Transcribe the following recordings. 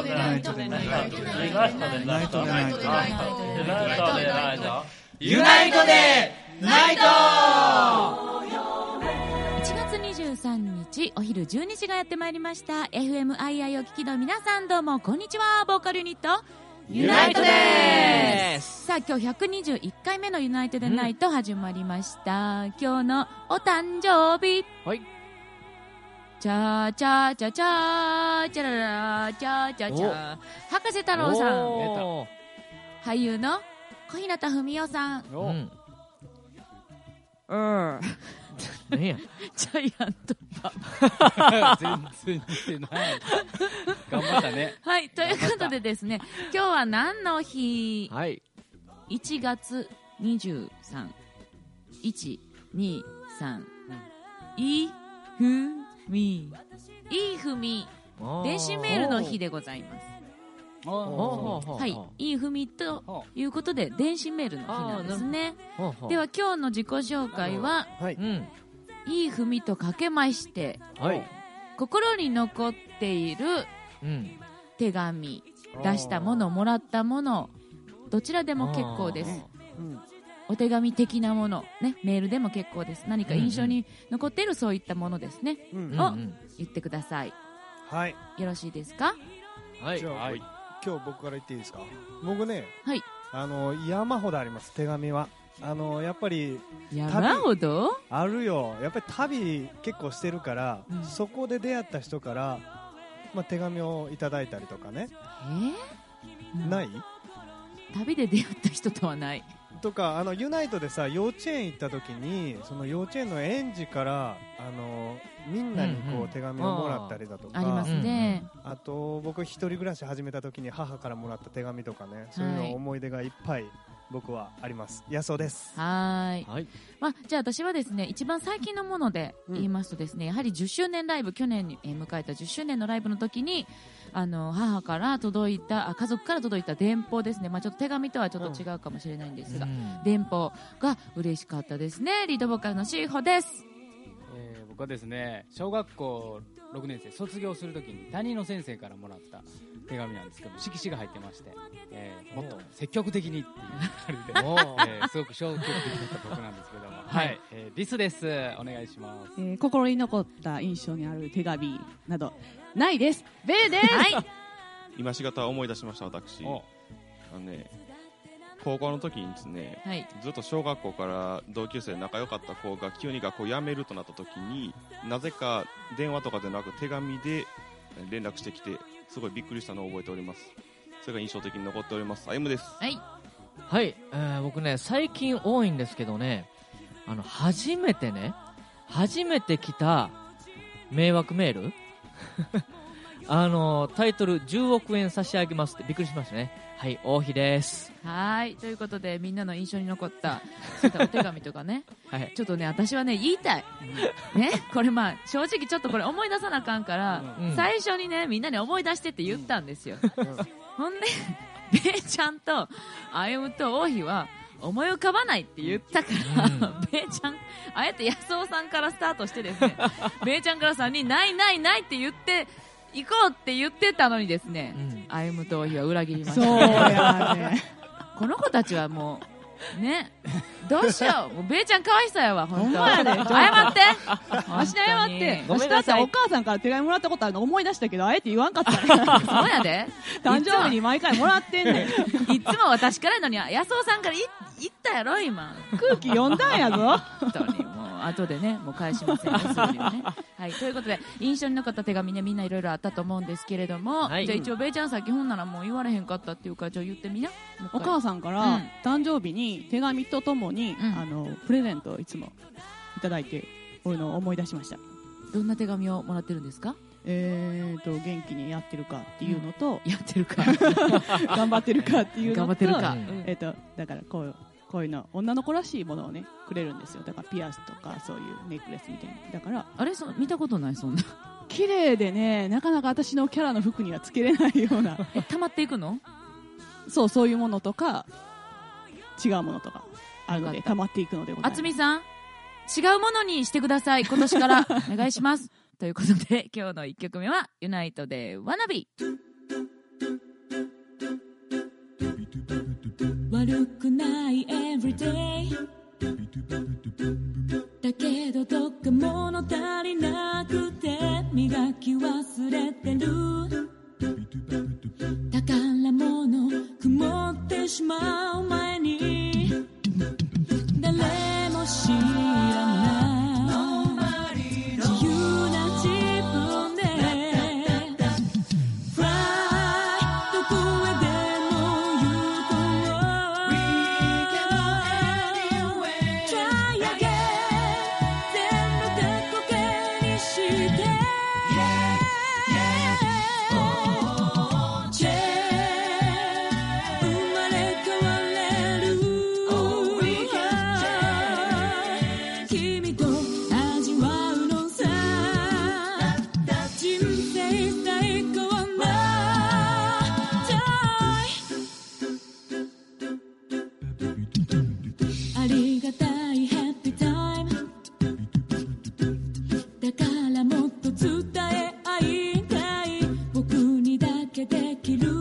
トでナイトでナイトでナイトでナイトでナイトでナイトでユナイトでナイト。 1月23日お昼12時がやってまいりました。 FMII を聞きの皆さん、どうもこんにちは。ボーカルユニットユナイトです。さあ、今日121回目のユナイトでナイト始まりました。今日のお誕生日、 はい、 チャーチャーチャーチャーチャララチャーチャーチャー、博士太郎さん、俳優の小日向文世さん、 何やジャイアントパパ全然似てない頑張ったね。 はい、ということでですね、今日は何の日、 はい、 1月23、123、いふみ、いいふみ、電子メールの日でございます。はい、いいふみということで電子メールの日なんですね。では今日の自己紹介は、いいふみとかけまして、心に残っている手紙、出したもの、もらったもの、どちらでも結構です。お手紙的なもの、ね、メールでも結構です。何か印象に残っているそういったものですね、を言ってください。 はい、 よろしいですか？ はい、じゃあ、今日僕から言っていいですか？僕ね、 はい、 山ほどあります、手紙は。やっぱり山ほどあるよ。やっぱり旅結構してるから、そこで出会った人から、手紙をいただいたりとかね。ない？ 旅で出会った人とはないとか、ユナイトでさ、幼稚園行った時に、その幼稚園の園児からみんなにこう手紙をもらったりだとか、 ありますね。 あと僕一人暮らし始めた時に母からもらった手紙とかね、そういうの思い出がいっぱい僕はあります。やそうです。 はい、じゃあ私はですね、一番最近のもので言いますとですね、やはり10周年ライブ、去年に迎えた10周年のライブの時に母から届いた、家族から届いた電報ですね。ちょっと手紙とはちょっと違うかもしれないんですが、電報が嬉しかったですね。リードボーカルのしーほです。 僕はですね、小学校6年生卒業するときに担任の先生からもらった手紙なんですけど、色紙が入ってまして、もっと積極的にっていう感じで、すごく消極的だった僕なんですけども、はい、リスです。お願いします。 心に残った印象にある手紙などないです。ベイです。 今しがた思い出しました。私高校の時にですね、ずっと小学校から同級生で仲良かった子が急に学校辞めるとなった時に、なぜか電話とかでなく手紙で連絡してきて、すごいびっくりしたのを覚えております。それが印象的に残っております。あゆむです。 はい、僕ね、最近多いんですけどね、初めて来た迷惑メールタイトル10億円差し上げますってびっくりしましたね。はい、大日です。 はい、ということでみんなの印象に残ったそういったお手紙とかね、ちょっとね、私はね言いたいね、これ正直ちょっとこれ思い出さなあかんから、最初にねみんなに思い出してって言ったんですよ。ほんでベイちゃんとあゆむと大日は思い浮かばないって言ったから、ベイちゃんあえて安尾さんからスタートしてですね、ベイちゃんからさんにないないないって言って行こうって言ってたのにですね、あゆむと大日は裏切りました。 そうやね。 この子たちはもうね、どうしよう、もうベイちゃんかわいそうやわ、本当。 謝ってわしに謝って。 ごめんなさい。お母さんから手紙もらったことあるの思い出したけど、あえて言わんかった。 そうやで。 誕生日に毎回もらってんねん。 いつも私からのに安尾さんから言ったやろ今。 空気読んだんやぞ。 本当にもう後でね、もう返しませんね、そういうね。はい、ということで印象に残った手紙ね、みんないろいろあったと思うんですけれども、じゃあ一応ベイちゃんさっきほんならもう言われへんかったっていうか、じゃあ言ってみな。 お母さんから誕生日に手紙とともに、プレゼントをいつもいただいておるのを思い出しました。 どんな手紙をもらってるんですか？ 元気にやってるかっていうのと、 やってるか頑張ってるかっていうのと、 頑張ってるか、 だからこういうの女の子らしいものをねくれるんですよ。だからピアスとかそういうネックレスみたいな。だからあれ見たことない、そんな綺麗でね、なかなか私のキャラの服にはつけれないような溜まっていくの？ そういうものとか違うものとかあるので溜まっていくのでございます。 あつみさん、違うものにしてください、今年からお願いしますということで今日の1曲目はユナイトでワナビー。 悪くない everyday だけどどっか物足りなくて磨き忘れてる宝物曇ってしまう前に誰も知らない自由な自分で Fly どこへでも行こう Try again 全部過去形にしてありがたいハッピータイムだからもっと伝え合いたい僕にだけできる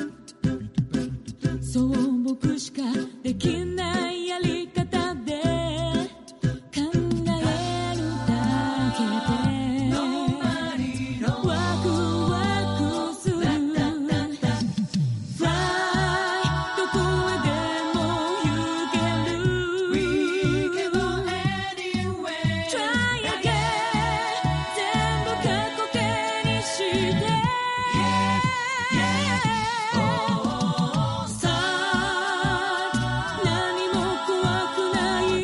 そう僕しかできないやり方で考えるだけでワクワクする Fly どこへでも行ける Try again 全部過去形にしてさあ何も怖くない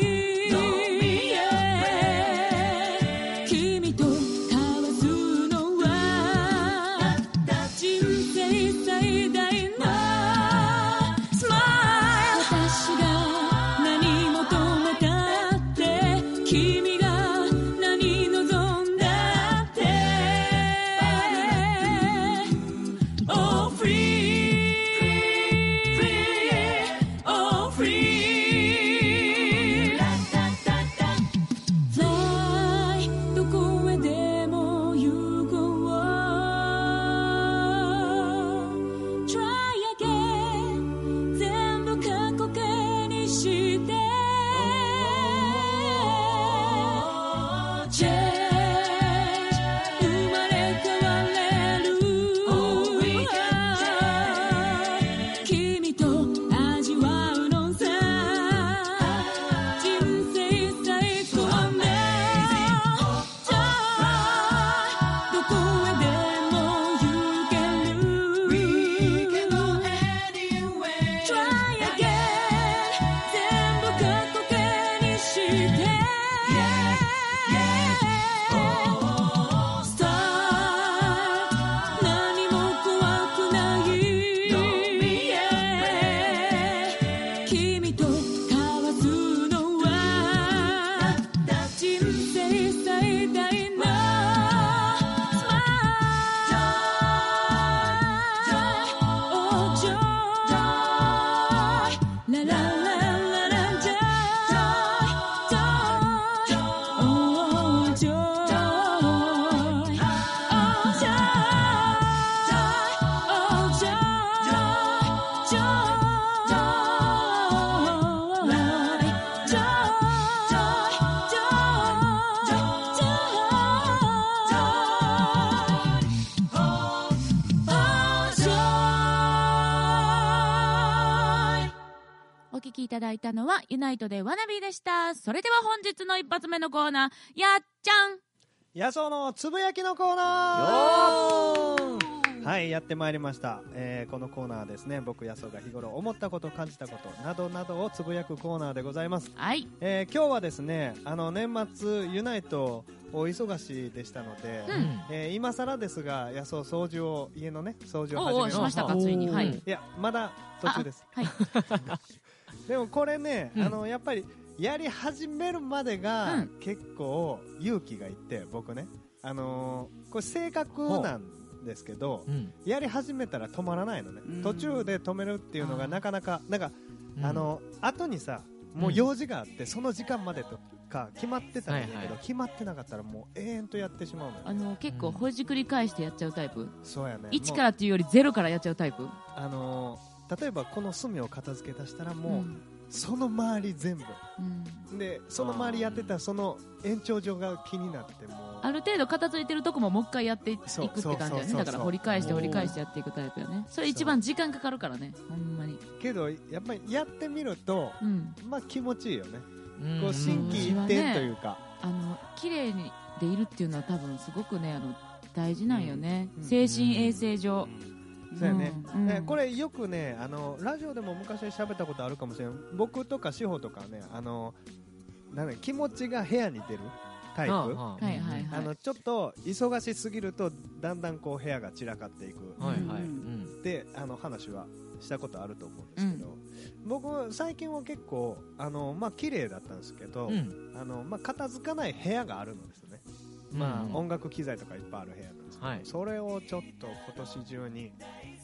君と交わすのは人生最大のスマイル私が何求めたって君が何望んだって Oh free Oh free Fly どこへでも行こう Try again 全部過去形にしてChange 生まれ変われる君と味わうのさ人生最高のどこへでも行ける Try again 全部過去形にしてStart 何も怖くない君と交わすのは人生最大のスマイル Oh joy ラララララ joy Oh joy Oh joy Oh joyお聞きいただいたのはユナイトでワナビーでした。それでは本日の一発目のコーナー、やっちゃん野草のつぶやきのコーナー。はい、やってまいりました。このコーナーはですね、僕野草が日頃思ったこと感じたことなどなどをつぶやくコーナーでございます。 はい。 今日はですね、年末ユナイトお忙しいでしたので、今更ですが野草掃除を家のね掃除を始めました。 しましたかついに。はい。 いやまだ途中です。 はい。 でもこれね、やっぱりやり始めるまでが結構勇気がいって僕ね、これ性格なんですけど、やり始めたら止まらないのね。途中で止めるっていうのがなかなかなんか後にさもう用事があってその時間までとか決まってたらいいんだけど、決まってなかったらもう永遠とやってしまうのよ、 結構ほじくり返してやっちゃうタイプ。 そうやね。 1からっていうより0からやっちゃうタイプ。 例えばこの隅を片付け出したらもう、その周り全部、でその周りやってたらその延長上が気になってもある程度片付いてるとこももう一回やっていくって感じだよね。だから掘り返して掘り返してやっていくタイプよね。それ一番時間かかるからね、ほんまに。 けどやっぱりやってみると、まあ気持ちいいよね。こう心機一転というか、 綺麗にでいるっていうのは多分すごくね大事なんよね、精神衛生上。 そうやね、これよくねラジオでも昔喋ったことあるかもしれない。僕とか志保とかね気持ちが部屋に出るタイプ、ちょっと忙しすぎるとだんだんこう部屋が散らかっていく、で話はしたことあると思うんですけど、僕最近は結構まあ綺麗だったんですけど、まあ片付かない部屋があるんですよね。まあ音楽機材とかいっぱいある部屋なんですけど、それをちょっと今年中に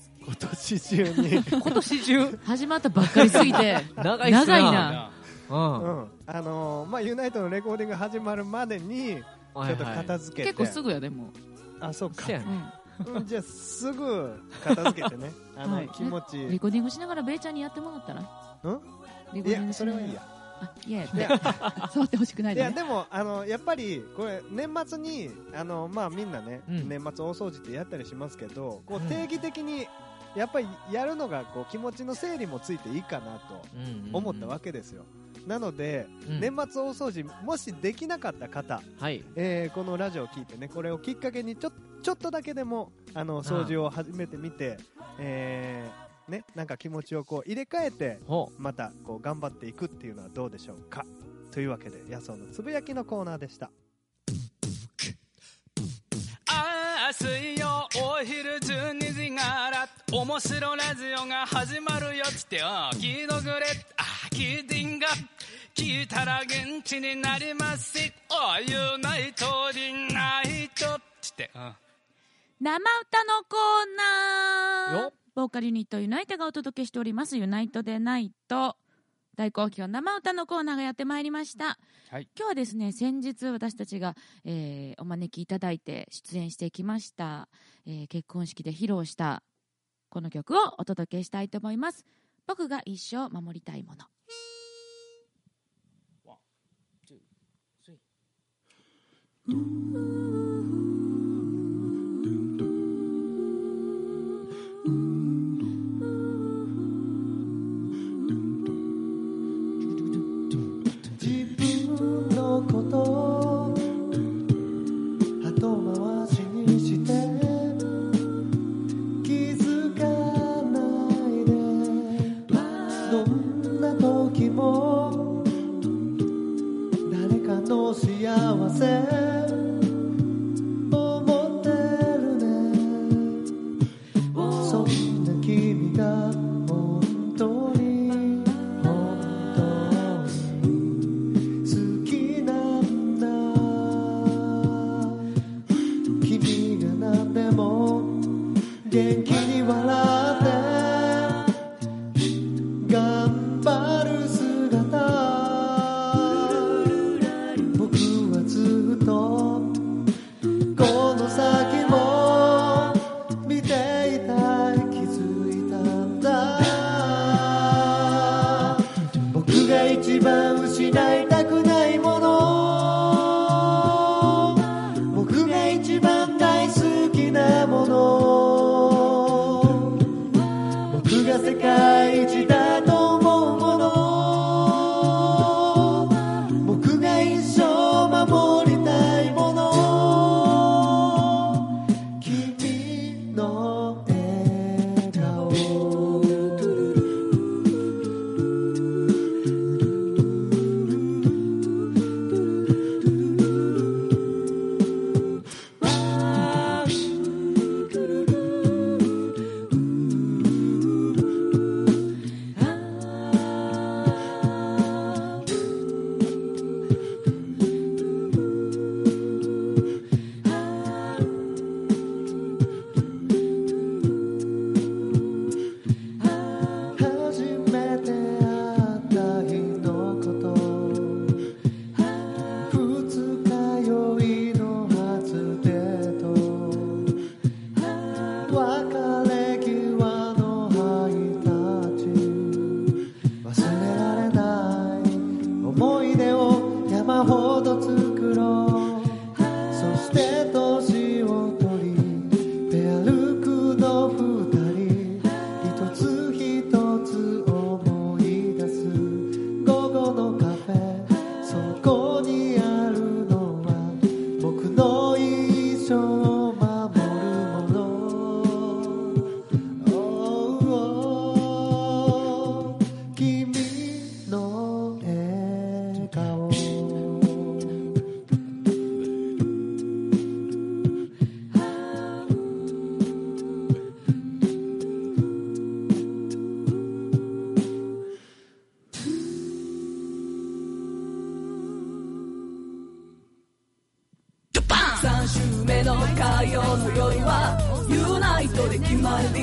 今年中始まったばっかりすぎて長いな。 まあユナイトのレコーディング始まるまでにちょっと片付けて、 結構すぐやでも。 あ、そうか。じゃあすぐ片付けてね、気持ちレコーディングしながらベイちゃんにやってもらったら。 いやそれはいいや。 いや触ってほしくない。 いやでもやっぱりこれ年末にまあみんなね、年末大掃除ってやったりしますけど、こう定義的にやっぱりやるのがこう気持ちの整理もついていいかなと思ったわけですよ。なので、年末大掃除もしできなかった方、このラジオを聞いてね、これをきっかけにちょっとだけでも掃除を始めてみて、ね、なんか気持ちをこう入れ替えてまたこう頑張っていくっていうのはどうでしょうか。というわけで野草のつぶやきのコーナーでした。 水曜お昼12時から面白ラジオが始まるよって聞いとくれ。聞いてんが聞いたら元気になりますし、ユナイトリナイトって生歌のコーナー、ボーカルユニットユナイトがお届けしておりますユナイトでナイト。大好評生歌のコーナーがやってまいりました、今日はですね、先日私たちが、お招きいただいて出演してきました、結婚式で披露したこの曲をお届けしたいと思います。僕が一生守りたいもの。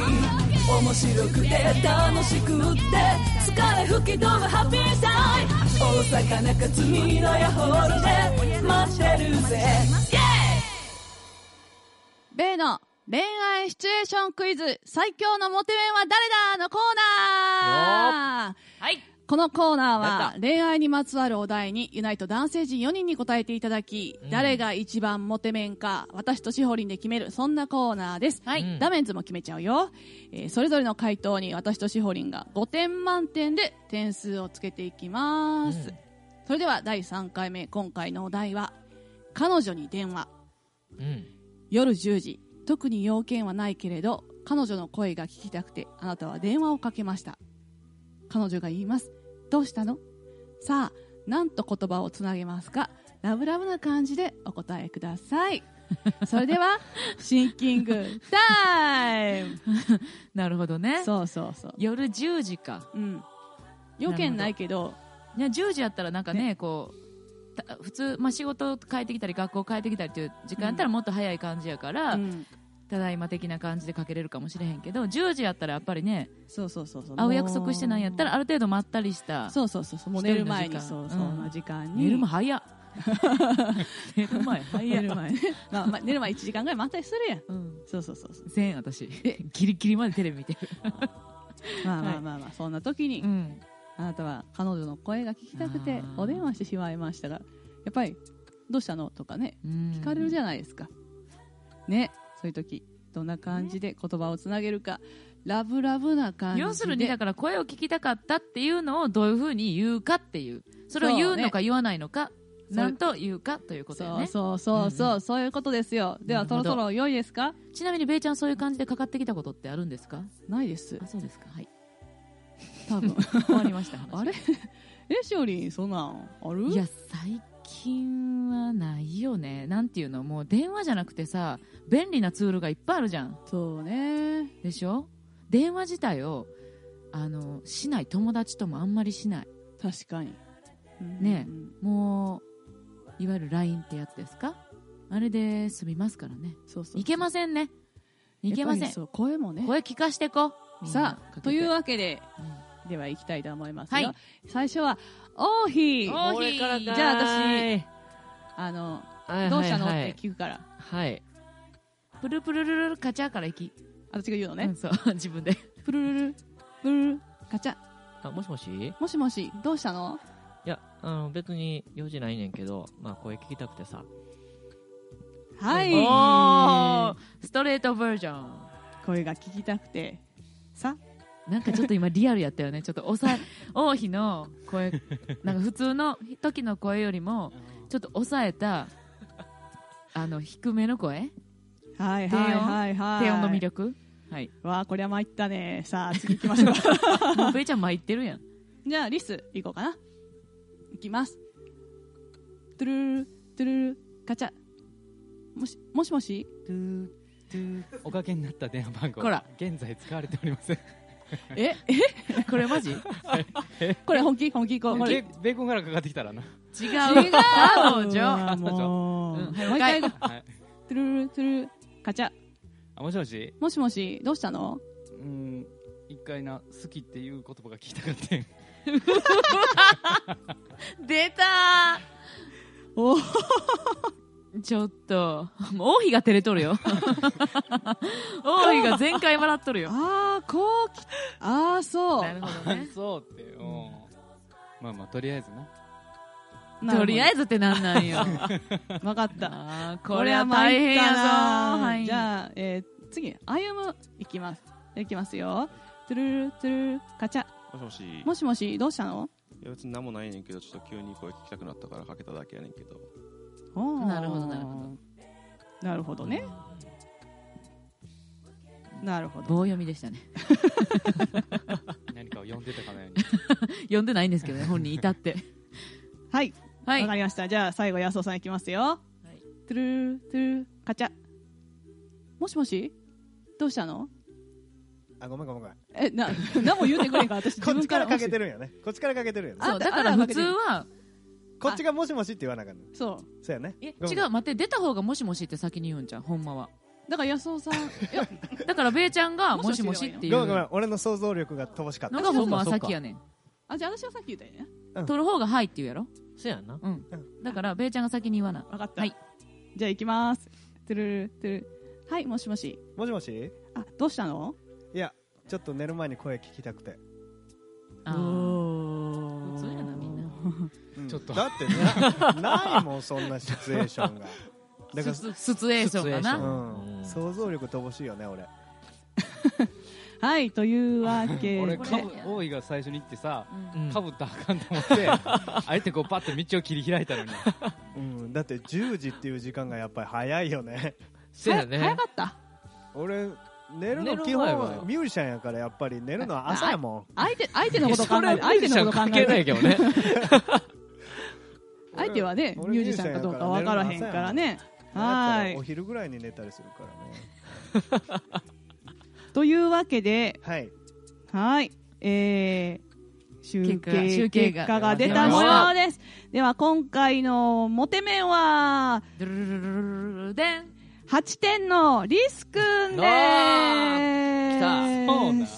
面白くて楽しくって疲れ吹き飛ぶハッピータイム大阪中津美のヤホールで待ってるぜベイの恋愛シチュエーションクイズ最強のモテメンは誰だのコーナー。 はい。 このコーナーは恋愛にまつわるお題にユナイト男性陣4人に答えていただき、誰が一番モテメンか私としほりんで決める、そんなコーナーです。はい。ダメンズも決めちゃうよ。それぞれの回答に私としほりんが5点満点で点数をつけていきます。それでは第3回目、今回のお題は彼女に電話。夜10時、特に要件はないけれど彼女の声が聞きたくてあなたは電話をかけました。彼女が言います。どうしたの？さあ、なんと言葉をつなげますか？ラブラブな感じでお答えください。それではシンキングタイム。 なるほどね。 そうそうそう。 夜10時か。 うん。要件ないけど、 いや10時やったらなんかね、こう普通、まあ、仕事帰ってきたり学校帰ってきたりという時間やったらもっと早い感じやから、ただいま的な感じでかけれるかもしれへんけど、10時やったらやっぱりね、 そうそうそうそう、 会う約束してないんやったらある程度まったりした、 そうそうそう、もう寝る前にそんな時間に、 寝る前早っ寝る前早っ寝る前まあ寝る前1時間ぐらい待ったりするやん、そうそうそうそう、 せん私ギリギリまでテレビ見てるまあまあまあまあ、そんな時に、あなたは彼女の声が聞きたくてお電話してしまいましたが、やっぱりどうしたのとかね、聞かれるじゃないですかね。そういう時どんな感じで言葉をつなげるか、ラブラブな感じで。 要するにだから声を聞きたかったっていうのをどういうふうに言うかっていう、それを言うのか言わないのか、なんと言うかということよね。 そうそうそうそう、そういうことですよ。ではそろそろ良いですか？ ちなみにベイちゃん、そういう感じでかかってきたことってあるんですか？ ないです。 あ、そうですか。はい、 多分終わりましたあれしおりん、そんなんある？ いや、最近はないよね。なんていうの、もう電話じゃなくてさ、便利なツールがいっぱいあるじゃん。 そうね。 でしょ？電話自体をしない、友達ともあんまりしない。 確かにね、もういわゆる LINE ってやつですか、あれで済みますからね。 そうそうそう、 いけませんね、いけません。 そう、声もね、 声聞かしてこう。 さあ、というわけで、では行きたいと思いますよ。最初は王妃。 俺からか。 じゃあ私どうしたのって聞くから。 はい。 プルプルルルカチャから行き。 私が言うのね。 そう、自分で。 プルルルプルルカチャ。 あ、もしもし。 もしもし、どうしたの？ いや、別に用事ないねんけど、まあ声聞きたくてさ。 はい。 ストレートバージョン。 声が聞きたくてさ。 なんかちょっと今リアルやったよね。ちょっと王妃の声、なんか普通の時の声よりもちょっと抑えた低めの声。 はいはいはいはい。 低音の魅力。はい。 わあ、これは参ったね。さあ次行きましょう。 もうベイちゃん参ってるやん。 じゃあリス行こうかな。行きます。トゥルルトゥルルカチャ。もしもし。 おかけになった電話番号。 こら、 現在使われておりません。 これマジ？ これ本気これベーコンからかかってきたらな。 違う彼女。 もう一回トゥルルトゥルカチャ。 もしもし。 もしもし、どうしたの？ 一回な、好きっていう言葉が聞きたかったん。 出たー。おちょっと王妃が照れとるよ。王妃が全開笑っとるよ。 そう。 なるほどね。 そうって、まあまあとりあえずな。 とりあえずってなんなんよ。 分かった。 これは大変やぞ。 はい、じゃあ、次歩むいきますよ。トゥルルトゥルルカチャ。もしもし、どうしたの？ いや別に何もないねんけど、ちょっと急に声聞きたくなったからかけただけやねんけど。 なるほどなるほど。 なるほどね。なるほど。 棒読みでしたね。 何かを読んでたかのように。 読んでないんですけどね、本人至って。 はい。わかりました。じゃあ最後安尾さんいきますよ。トゥルルトゥルカチャ。もしもし、どうしたの？ ごめん。 何も言うてくれんか、私こっちからかけてるんやね。こっちからかけてるんやね。 そう、だから普通はこっちがもしもしって言わなあかんの。 そうやね。 違う、待って、出た方がもしもしって先に言うんじゃん、ほんまは。 だから安尾さん、いやだからべーちゃんがもしもしっていう。 ごめん、俺の想像力が乏しかった。 のがほんまは先やねん。 あ、じゃあ私はさっき言ったよね。 取る方がはいって言うやろ。 そうやな。 うん。だからべーちゃんが先に言わな。 分かった。 はい。 じゃあ行きます。トゥルルトゥル。はい、もしもし。 もしもし。 あ、どうしたの？ いや、ちょっと寝る前に声聞きたくて。 ああ。普通やなみんな。 ちょっとだってないもんそんなシチュエーションが。 だからシチュエーションかな。 想像力乏しいよね俺。 はい、というわけで俺大井が最初に行ってさ、かぶったらあかんと思ってあえてこうパッて道を切り開いたのに、 だって10時っていう時間がやっぱり早いよね。 そうやね。 早かった。 俺寝るの基本ミュージシャンやからやっぱり寝るのは朝やもん。 相手のこと考えて、相手のこと考えてないけどね。 相手はねミュージシャンかどうかわからへんからね。はい。 お昼ぐらいに寝たりするからね。 というわけで、 はい。 はい。集計結果が出た模様です。では今回のモテ面は、8点のリスくんです。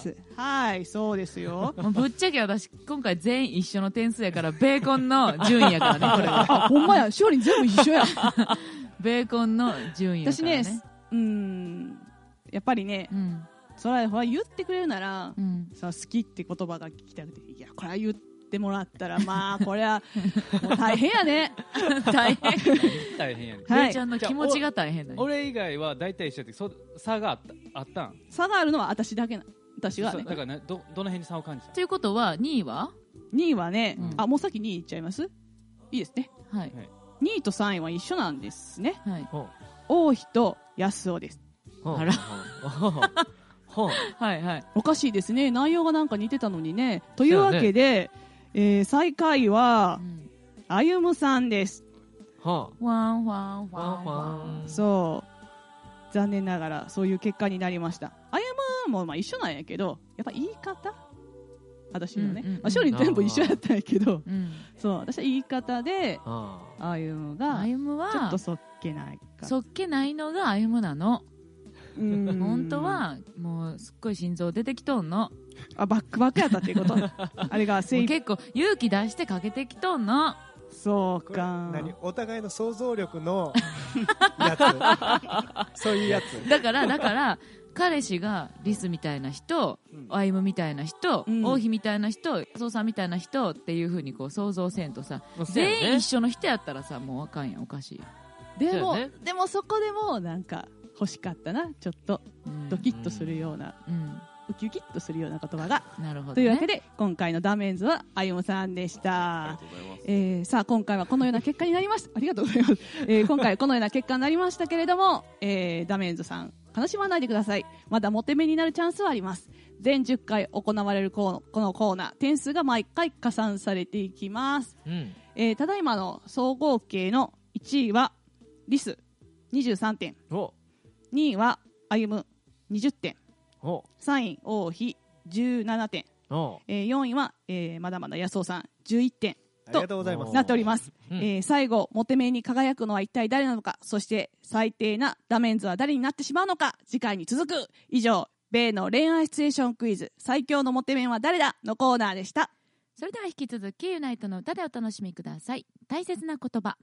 はい、そうですよ。 ぶっちゃけ私、今回全員一緒の点数やから、ベーコンの順位やからね、これは。 あ、ほんまや、しおりん全部一緒や。 ベーコンの順位やからね。 私ね、やっぱりね、それは言ってくれるなら、好きって言葉が聞きたくて、いや、これは言ってもらったら、まあ、これは、もう大変やね。 大変。 大変やね。 ベーちゃんの気持ちが大変だね。 俺以外は大体一緒で、差があったん？ 差があるのは私だけな。私がね。 だからね、どの辺に差を感じた？ ということは、2位は ?2 位はね、もう先2位いっちゃいます？いいですね。 はい。 2位と3位は一緒なんですね。 はい。 王妃と安尾です。 あら。はいはい。 おかしいですね。内容がなんか似てたのにね。というわけで、最下位は、あゆむさんです。 ワンワンワンワン。 そう。残念ながら、そういう結果になりました。あゆむもまあ一緒なんやけど、やっぱ言い方私のね。勝利全部一緒やったんやけど、そう、私は言い方で、あゆむが、ちょっとそっけないか。 そっけないのがあゆむなの。本当はもうすっごい心臓出てきとんの。 あ、バックバックやったっていうことあれが結構勇気出してかけてきとんの。 そうか。 お互いの想像力のやつそういうやつだから彼氏がリスみたいな人、アイムみたいな人、王妃みたいな人、安尾さんみたいな人っていう風にこう想像せんとさ、全員一緒の人やったらさ、もうあかんやん、おかしい。 でもそこでもなんか欲しかったな、ちょっとドキッとするような、ウキウキッとするような言葉が。 なるほどね。 というわけで今回のダメンズはあゆむさんでした。さあ今回はこのような結果になりました。ありがとうございます。今回このような結果になりましたけれども、ダメンズさん悲しまないでください。まだモテ目になるチャンスはあります。全10回行われるこのコーナー、点数が毎回加算されていきます。ただいまの総合計の1位はリス23点。2位はあゆむ20点。3位王妃17点。4位は、まだまだ安尾さん11点となっております。最後モテ目に輝くのは一体誰なのか、そして最低なダメンズは誰になってしまうのか、次回に続く。以上、米の恋愛シチュエーションクイズ、最強のモテ面は誰だのコーナーでした。 それでは引き続きユナイトの歌でお楽しみください。大切な言葉。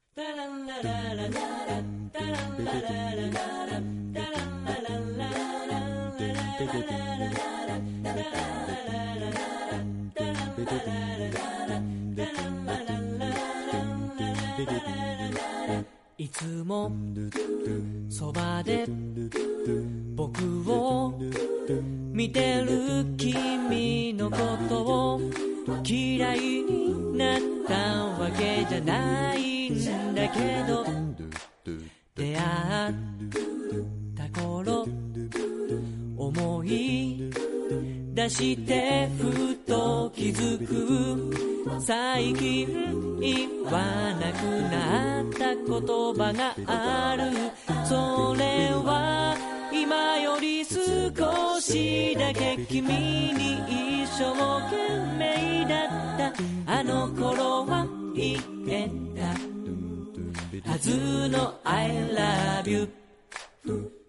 いつもそばで僕を見てる君のことを嫌いになったわけじゃないんだけど、出会った頃思い出してふと気づく、最近言わなくなった言葉がある。それは今より少しだけ君に一生懸命だったあの頃は言えたはずの I love you。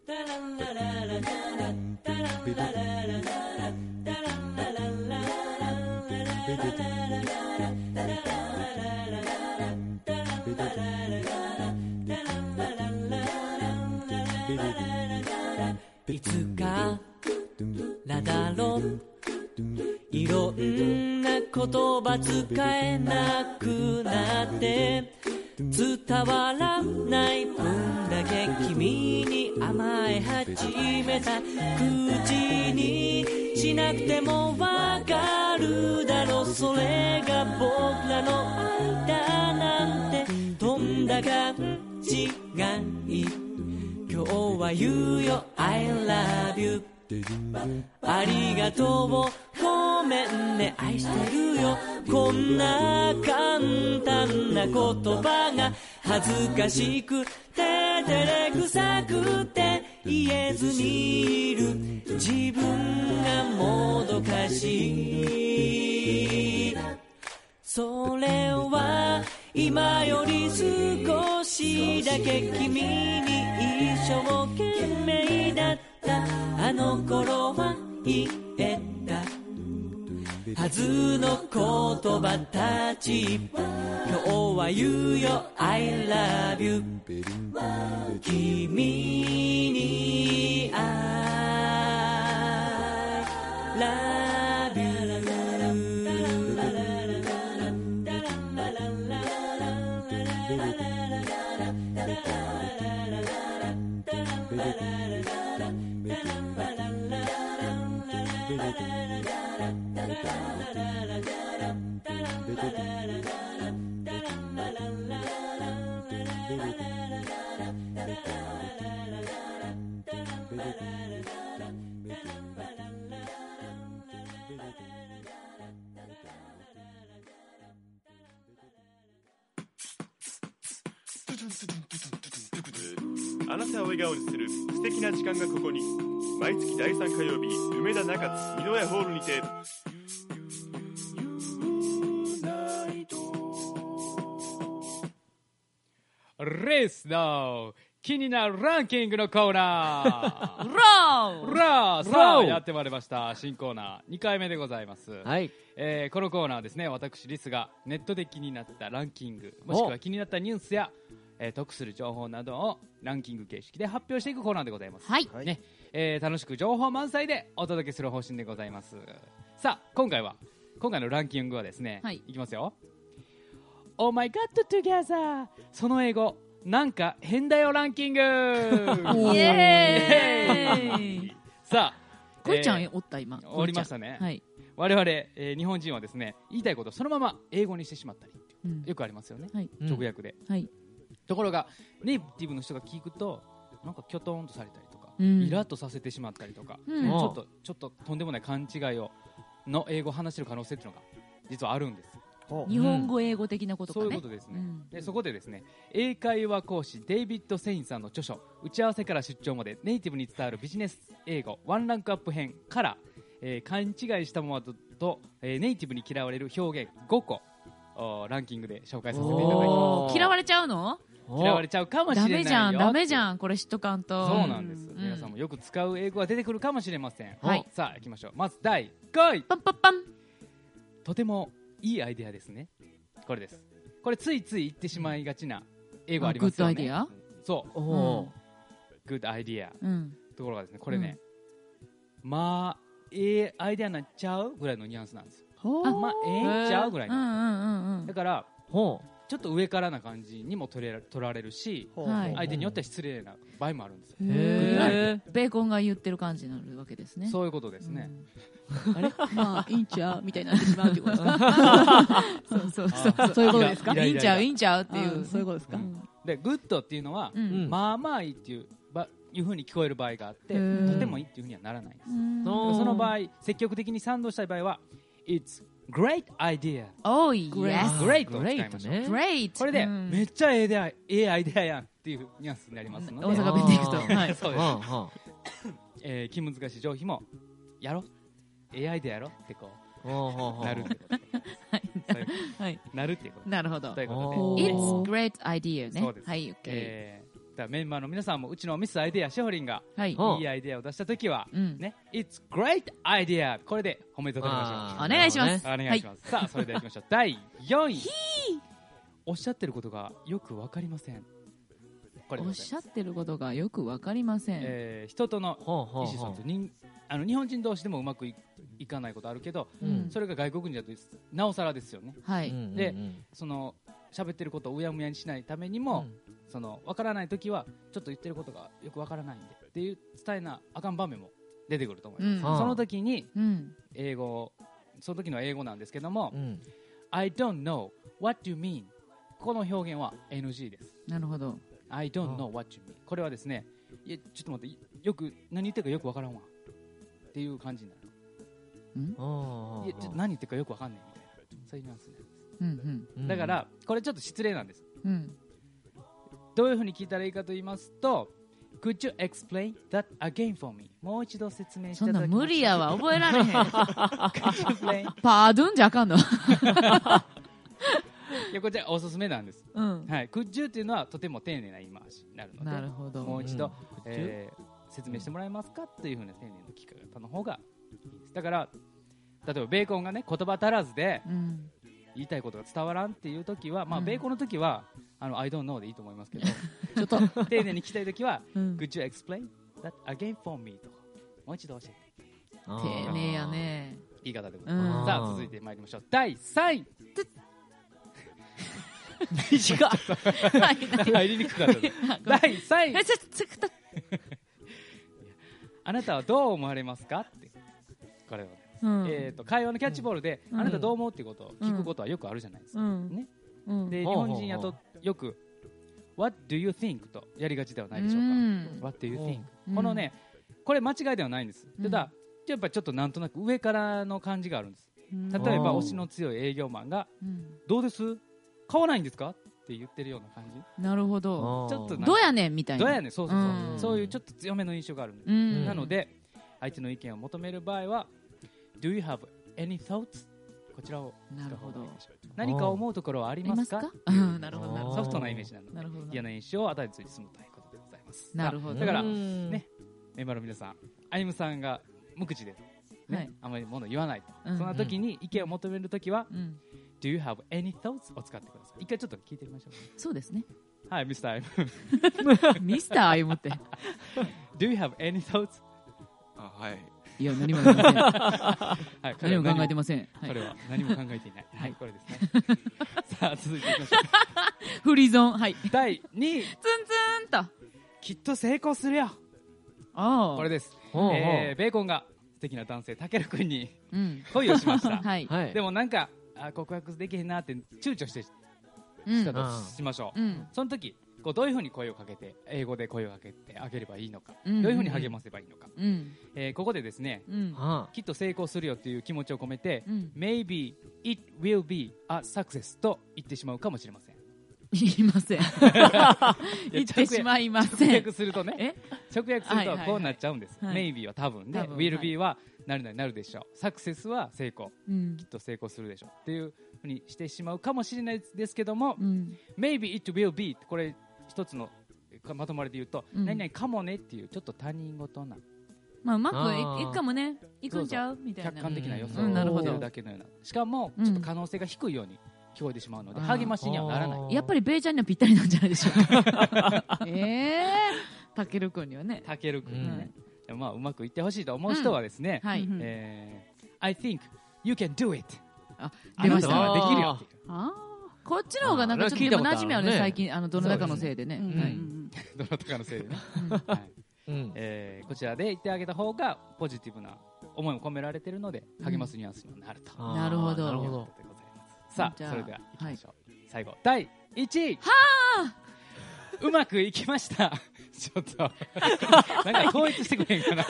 いつかだろういろんな言葉使えなくなって伝わらない分だけ君に甘え始めた口にしなくてもわかるだろうそれが僕らの間なんてとんだ勘違い今日は言うよ I love you ありがとうごめんね愛してるよこんな簡単な言葉が恥ずかしくて照れくさくて言えずにいる自分がもどかしいそれは今より少しだけ君に一生懸命だったあの頃は言えたはずの言葉たち今日は言うよ I love you 君に I love you あなたを笑顔にする素敵な時間がここに毎月第3火曜日梅田中津美濃屋ホールにてレースの気になるランキングのコーナーさあやってまいりました新コーナー2回目でございます、 はいこのコーナーですね私リスがネットで気になったランキングもしくは気になったニュースや得する情報などをランキング形式で発表していくコーナーでございます、 はいね楽しく情報満載でお届けする方針でございます。さあ今回のランキングはですね、いきますよ。Oh my God together その英語なんか変だよランキングイエーイさあこいちゃんおった今おりましたね、 はい、 我々、日本人はですね言いたいことをそのまま英語にしてしまったり、よくありますよね、直訳で、ところがネイティブの人が聞くとなんかキョトンとされたりとか、イラッとさせてしまったりとか、ちょっととんでもない勘違いの英語を話している可能性っていうのが実はあるんです。 日本語英語的なことかね。 そういうことですね、でそこでですね英会話講師デイビッド・セインさんの著書打ち合わせから出張までネイティブに伝わるビジネス英語ワンランクアップ編から、勘違いしたままと、ネイティブに嫌われる表現5個ランキングで紹介させていただきます。 嫌われちゃうの？ 嫌われちゃうかもしれないよ。 ダメじゃんこれ知っとかんと。 そうなんです、皆さんもよく使う英語が出てくるかもしれません、さあ行きましょう。まず第5位パンパンパンとてもいいアイデアですね。これです。これついつい言ってしまいがちな英語ありますよね。 グッドアイデア？ そう。グッドアイデア。ところがですね、これね、まあアイデアになっちゃうぐらいのニュアンスなんです。まあちゃうぐらいの。だからちょっと上からな感じにも取られるし、相手によっては失礼な場合もあるんですよ。 ベーコンが言ってる感じになるわけですね。 そういうことですね。 あれまあいいんちゃうみたいになってしまうってことですか？そういうことですか？ いいんちゃういいんちゃうっていうそういうことですか？ でグッドっていうのはまあまあいいっていう風に聞こえる場合があって、とてもいいっていう風にはならないんです。その場合積極的に賛同したい場合は It's great idea. Oh yes. Great を使いましょう。 Great。 これでめっちゃええアイデアやんっていうニュアンスになりますので。 大阪弁でいくと。 はい。そうです。気難しい上皮もやろ。ええアイデアやろってこうなるってこと。なるっていうこと。 なるほど。 ということで。 It's great idea ね。 そうです。 はい。 だメンバーの皆さんもうちのミスアイデアしほりんがいいアイデアを出したときは、ね、It's great idea これで褒めてとりましょう。 お願いします。 お願いします。さあそれではいきましょう。第4位。おっしゃってることがよくわかりません。 おっしゃってることがよくわかりません。 人との意思疎通、日本人同士でもうまくいかないことあるけど、それが外国人だとなおさらですよね。 はい。 で、その喋ってることをうやむやにしないためにも、その分からないときはちょっと言ってることがよく分からないんでっていう伝えなあかん場面も出てくると思います。その時に英語、その時の英語なんですけども、I don't know what you mean この表現は NG です。 なるほど。 I don't know what you mean これはですね、いやちょっと待って、よく何言ってるかよく分からんわっていう感じになる。いやちょっと何言ってるかよく分かんないみたいな、そういうニュアンスです。だからこれちょっと失礼なんです。どういうふうに聞いたらいいかと言いますと、Could you explain that again for me もう一度説明していただけますか。 そんな無理やわ、覚えられへん。パードゥンじゃあかんの。 いやこちらおすすめなんです。はい、Could you というのはとても丁寧な言い回しになるので、 なるほど、 もう一度、説明してもらえますかというふうな丁寧な聞き方の方がいいです。だから例えばベーコンがね言葉足らずで、言いたいことが伝わらんっていう時は、まあ、ベーコンの時はI don't know でいいと思いますけど、ちょっと丁寧に聞きたい時は、Could you explain that again for me ともう一度教えて。 丁寧やね。 言い方でございます。さあ続いてまいりましょう。第3位。 短っ。 入りにくかったです。第3位。あなたはどう思われますかってこれは。会話のキャッチボールで、あなたどう思うっていうことを聞くことはよくあるじゃないですか、ね。で日本人やとよく What do you think とやりがちではないでしょうか。What do you think このね、これ間違いではないんです。ただやっぱりちょっとなんとなく上からの感じがあるんです。例えば推しの強い営業マンがどうです買わないんですかって言ってるような感じ。 なるほど。 ちょっとどうやねんみたいな。 どうやねん、そうそうそう、そういうちょっと強めの印象があるんです。なので相手の意見を求める場合はDo you have any thoughts こちらを使う方がいいでしょう。何か思うところはありますか。 なるほど。 ソフトなイメージなので嫌な印象を与えずに済むということでございます。 なるほど。 だからね、メンバーの皆さん、あゆむさんが無口でね、あまり物言わないと、そんな時に意見を求める時はDo you have any thoughts を使ってください。一回ちょっと聞いてみましょう。 そうですね。 はい、ミスターアイム。 ミスターアイムって。 Do you have any thoughts？ はい。 いや、何も考えてません。はい、何も考えてません。 彼は何も考えていない。はい、これですね。さあ、続いていきましょう。 フリーゾーン。はい。 第2位。 ツンツンと。 きっと成功するよ。これです。ベーコンが素敵な男性、たけるくんに恋をしました。はい。でもなんか、告白できへんなって躊躇してしたとしましょう。その時、どういうふうに声をかけて、英語で声をかけてあげればいいのか、どういうふうに励ませばいいのか、ここでですね、きっと成功するよっていう気持ちを込めて、Maybe it will be a success と言ってしまうかもしれません。 言いません。言ってしまいません。 直訳するとね、直訳するとこうなっちゃうんです。Maybe は多分で、will be はなるなりなるでしょう。サクセスは成功、きっと成功するでしょうっていうふうにしてしまうかもしれないですけども、Maybe it will be これ一つのまとまりで言うと、何々かもねっていうちょっと他人事な、 まあうまくいくかもね、いくんちゃうみたいな客観的な予想を立てるだけのような、しかもちょっと可能性が低いように聞こえてしまうので、励ましにはならない。 やっぱりベイちゃんにはぴったりなんじゃないでしょうか。たけるくんにはね。 たけるくんにはね。まあうまくいってほしいと思う人はですね、I think you can do it。あなたはできるよ。 こっちの方がなんかちょっとでも馴染みあるね、最近どなたかのせいでね。 どなたかのせいでね。こちらで言ってあげた方がポジティブな思いも込められているので、励ますニュアンスになると。 なるほど。 さあ、それでは行きましょう。最後、第1位。うまくいきました。ちょっとなんか統一してくれんかな。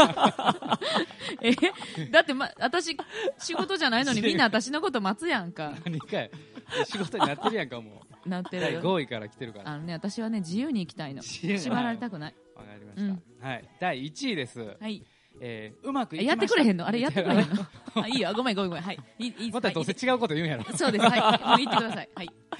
だって私仕事じゃないのにみんな私のこと待つやんか。 何か仕事になってるやんか。もうなってる。 第5位から来てるから。 私はね自由に生きたいの。縛られたくない。 わかりました。はい、第1位です。 はい。 うまくいきました。 やってくれへんの？あれやってくれへんの？いいよ、ごめん。はい。 またどうせ違うこと言うんやろ。 そうです。はい。もう言ってください。はい。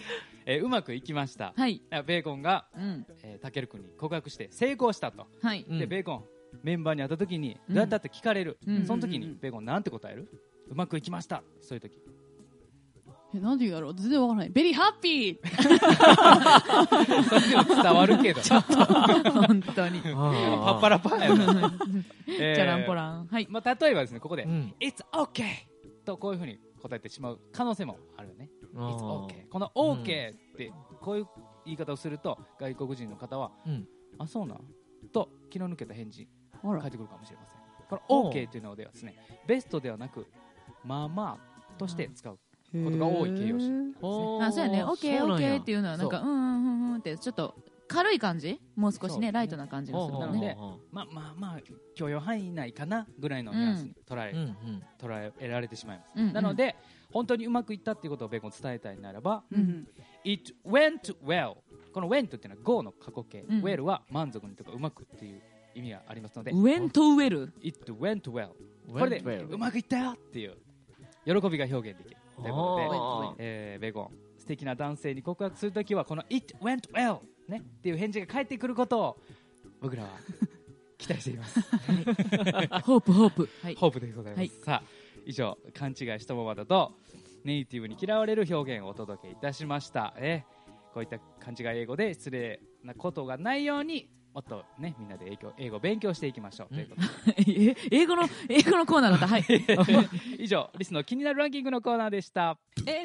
うまくいきました、 はい、 ベーコンが、たける君に告白して成功したと、 はい、 でベーコンメンバーに会った時にどうやったって聞かれる、その時にベーコンなんて答える？うまくいきました、そういう時なんで言うやろう、全然わからない。ベリーハッピーそっちも伝わるけどちょっと本当にパッパラパーやなチャランポラン、はい、 まあ、例えばですね、ここで、It's OK とこういうふうに答えてしまう可能性もあるよね。It's OK、 この OK ってこういう言い方をすると外国人の方は、あ、そうなんと気の抜けた返事返ってくるかもしれません。この OK というのではですね、ベストではなくまあまあとして使うことが多い形容詞ですね。 あ、そうやね。OK OK っていうのはなんかってちょっと軽い感じ、もう少しねライトな感じがするので、 まあ許容範囲内かなぐらいのニュアンスに捉えられてしまいます。なので本当にうまくいったっていうことをベーコン伝えたいならば、It went well。この went っていうのは go の過去形、well は満足にとかうまくっていう意味がありますので、 went well It went well、 これでうまくいったよっていう喜びが表現できるということで、ベーコン素敵な男性に告白するときはこの It went well、ね、っていう返事が返ってくることを僕らは期待していますホープ、 ホープでございます、さあ以上勘違いしたままだとネイティブに嫌われる表現をお届けいたしました。こういった勘違い英語で失礼なことがないようにもっとね、みんなで英語を勉強していきましょうということで英語のコーナーだった。はい以上リスの気になるランキングのコーナーでした。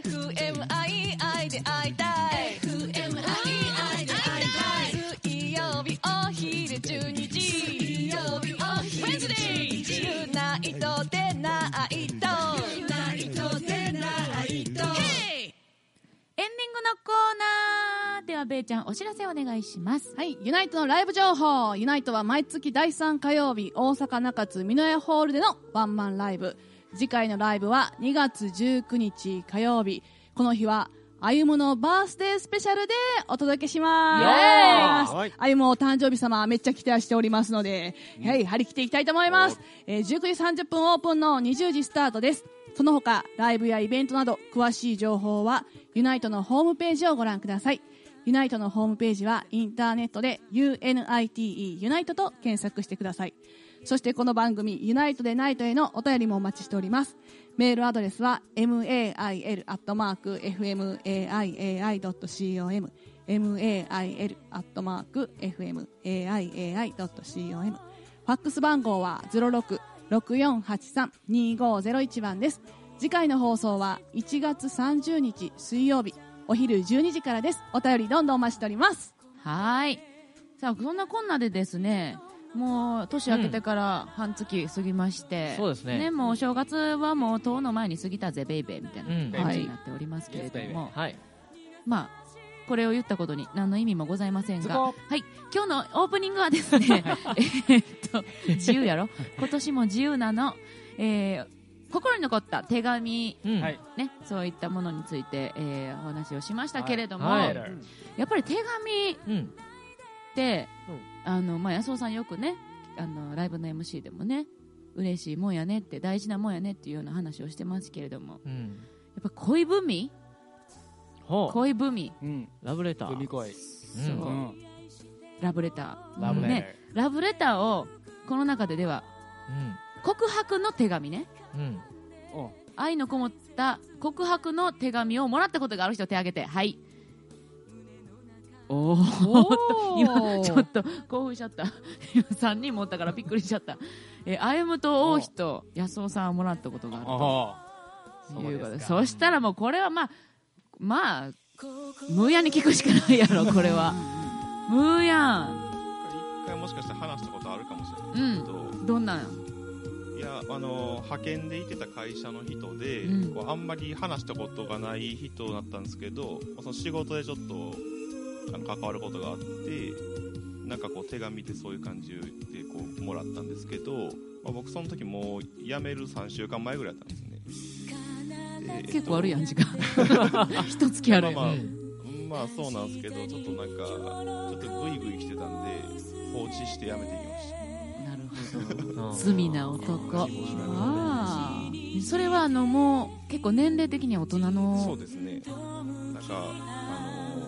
FMII で会いたい FMII で会いたい水曜日お昼12時水曜日お昼12時ユナイトでないとユナイトでないと、 エンディングのコーナーではベイちゃんお知らせお願いします。 はい、ユナイトのライブ情報。ユナイトは毎月第3火曜日大阪中津美濃屋ホールでのワンマンライブ。次回のライブは2月19日火曜日。この日はあゆむのバースデースペシャルでお届けします。あゆむお誕生日様めっちゃ期待しておりますので、はい、張り切っていきたいと思います。19時30分オープンの20時スタートです。その他ライブやイベントなど詳しい情報はユナイトのホームページをご覧ください。ユナイトのホームページはインターネットで UNITE ユナイトと検索してください。そしてこの番組ユナイトでナイトへのお便りもお待ちしております。メールアドレスは mail@fmaiai.com mail@fmaiai.com ファックス番号は 0664832501 番です。次回の放送は1月30日水曜日お昼12時からです。お便りどんどんお待ちしております。 はい。さあそんなこんなでですね、もう年明けてから半月過ぎまして、 そうですね。 もうお正月はもう遠の前に過ぎたぜベイベーみたいな感じになっておりますけれども、 はい。 まあこれを言ったことに何の意味もございませんが、はい、今日のオープニングはですね自由やろ、今年も自由なの、心に残った手紙、ね、そういったものについて、お話をしましたけれども、やっぱり手紙って、まあ、安尾さんよくねライブの MC でもね嬉しいもんやねって大事なもんやねっていうような話をしてますけれども、やっぱ恋文、 ラブレター、 文恋、 そう、ラブレター、ね、ラブレターをこの中では、告白の手紙ね、愛のこもった告白の手紙をもらったことがある人手挙げて、はい。お今ちょっと興奮しちゃった今3人持ったからびっくりしちゃった。あゆむと王妃と安尾さんをもらったことがあるということで、そしたらもうこれはまあムーヤンに聞くしかないやろこれはムーヤン一回もしかして話したことあるかもしれないけど、 どんなん？ いや派遣で行ってた会社の人で、こうあんまり話したことがない人だったんですけど、その仕事でちょっと関わることがあって、なんかこう手紙でそういう感じでこうもらったんですけど、僕その時もう辞める3週間前ぐらいだったんですね。 結構あるやん時間一月ある。 まあそうなんですけど、ちょっとなんかちょっとグイグイ来てたんで放置して辞めていきました。 なるほど罪な男。それはもう結構年齢的には大人の。 そうですね。なんか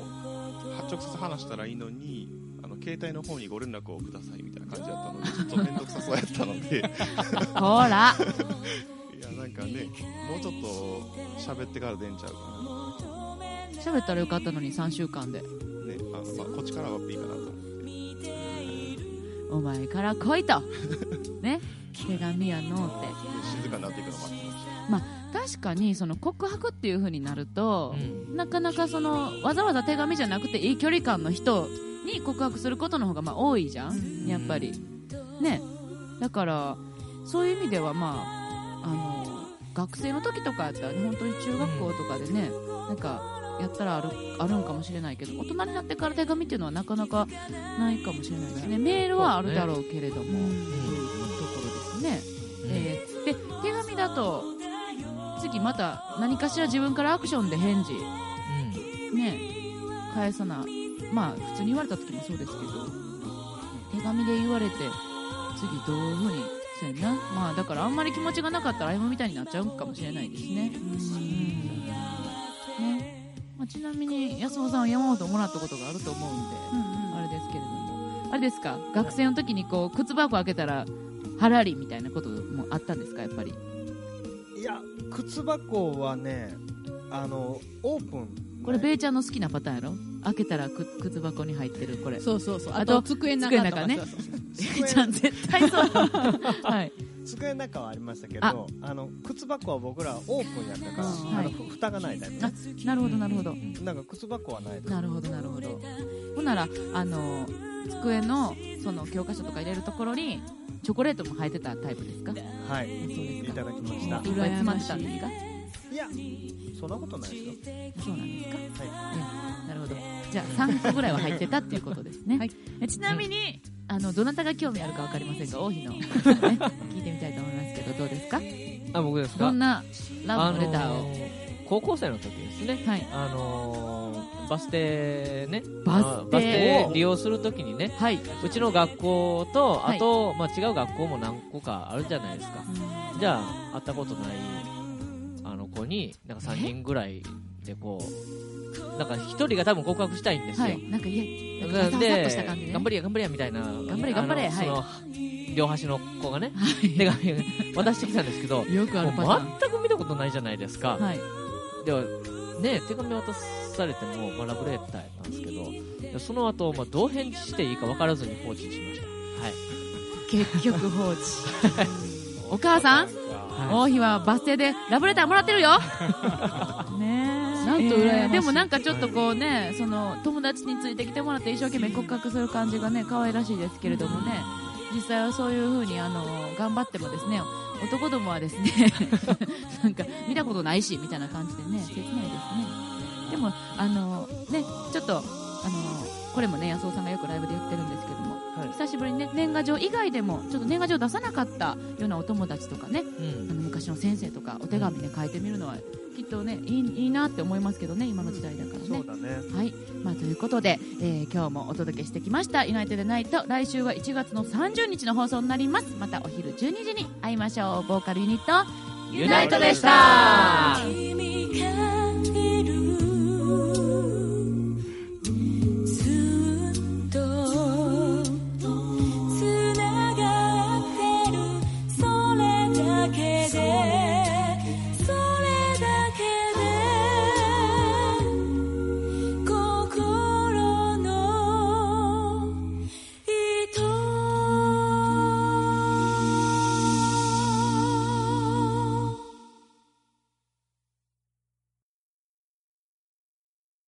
直接話したらいいのに携帯の方にご連絡をくださいみたいな感じだったのでちょっと面倒くさそうやったのでほらいやなんかねもうちょっと喋ってから出んちゃうかな。喋ったらよかったのに3週間で、ね、 こっちからはいいかなと思ってお前から来いとね手紙やのって静かになっていくのもあって確かにその告白っていう風になると、なかなかそのわざわざ手紙じゃなくていい距離感の人に告白することの方が多いじゃん、やっぱりね。だからそういう意味では学生の時とかやったら、ね、本当に中学校とかでね、なんかやったらあるんかもしれないけど、大人になってから手紙っていうのはなかなかないかもしれないですね。メールはあるだろうけれども、というところですね。で手紙だと次また何かしら自分からアクションで返事、ね、返さな、普通に言われた時もそうですけど、手紙で言われて次どういう風にそうやな、だからあんまり気持ちがなかったら歩みみたいになっちゃうかもしれないですね。ちなみに安尾さんは山本もらったことがあると思うんで、あれですけれども、あれですか、学生の時にこう靴箱開けたらハラリみたいなこともあったんですか、やっぱり。 いや、靴箱はね、オープン、 これベイちゃんの好きなパターンやろ。開けたら靴箱に入ってるこれ。 そうそうそう。あと机の中とかね。 ベイちゃん絶対そう。はい。 机の中はありましたけど、靴箱は僕らオープンやったから、蓋がないタイプ。 なるほどなるほど。 なんか靴箱はない。 なるほどなるほど。ほんなら机のその教科書とか入れるところにチョコレートも入ってたタイプですか。 はい。いただきました。 いっぱい詰まってたんですか。 いや、そんなことないですよ。 そうなんですか。はい。なるほど。じゃあ3個ぐらいは入ってたっていうことですね。はい。ちなみにどなたが興味あるかわかりませんが、王妃の、聞いてみたいと思いますけど、どうですか。 僕ですか。 どんなラブのレターを。 高校生の時ですね。 はい。 バス停ね。 バス停を利用するときにね。 はい。 うちの学校と、あと、違う学校も何個かあるじゃないですか。じゃあ、会ったことない、子に、なんか3人ぐらいでこう、なんか1人が多分告白したいんですよ。 なんかで、頑張れや頑張れやみたいな。 頑張れ頑張れ。 その、両端の子がね、手紙を渡してきたんですけど、 よくあるパターン。 全く見たことないじゃないですか。 はい。 では、ね、手紙渡されても、ラブレターやったんですけど、その後、どう返事していいか分からずに放置しました。はい。 結局放置。お母さん、王妃はバス停でラブレターもらってるよ。ねえ。 なんと羨ましい。 でもなんかちょっとこうね、その友達についてきてもらって一生懸命告白する感じがね、可愛らしいですけれどもね、実際はそういう風に頑張ってもですね、男どもはですね、なんか見たことないしみたいな感じでね、切ないですね。でもね、ちょっとこれもね、安尾さんがよくライブで言ってるんですけども、久しぶりにね、年賀状以外でもちょっと年賀状出さなかったようなお友達とかね、昔の先生とかお手紙で書いてみるのはきっとね、いいなって思いますけどね、今の時代だからね。 そうだね。 はい。ということで、今日もお届けしてきましたユナイテッドナイト。来週は1月の30日の放送になります。またお昼12時に会いましょう。ボーカルユニットユナイトでした。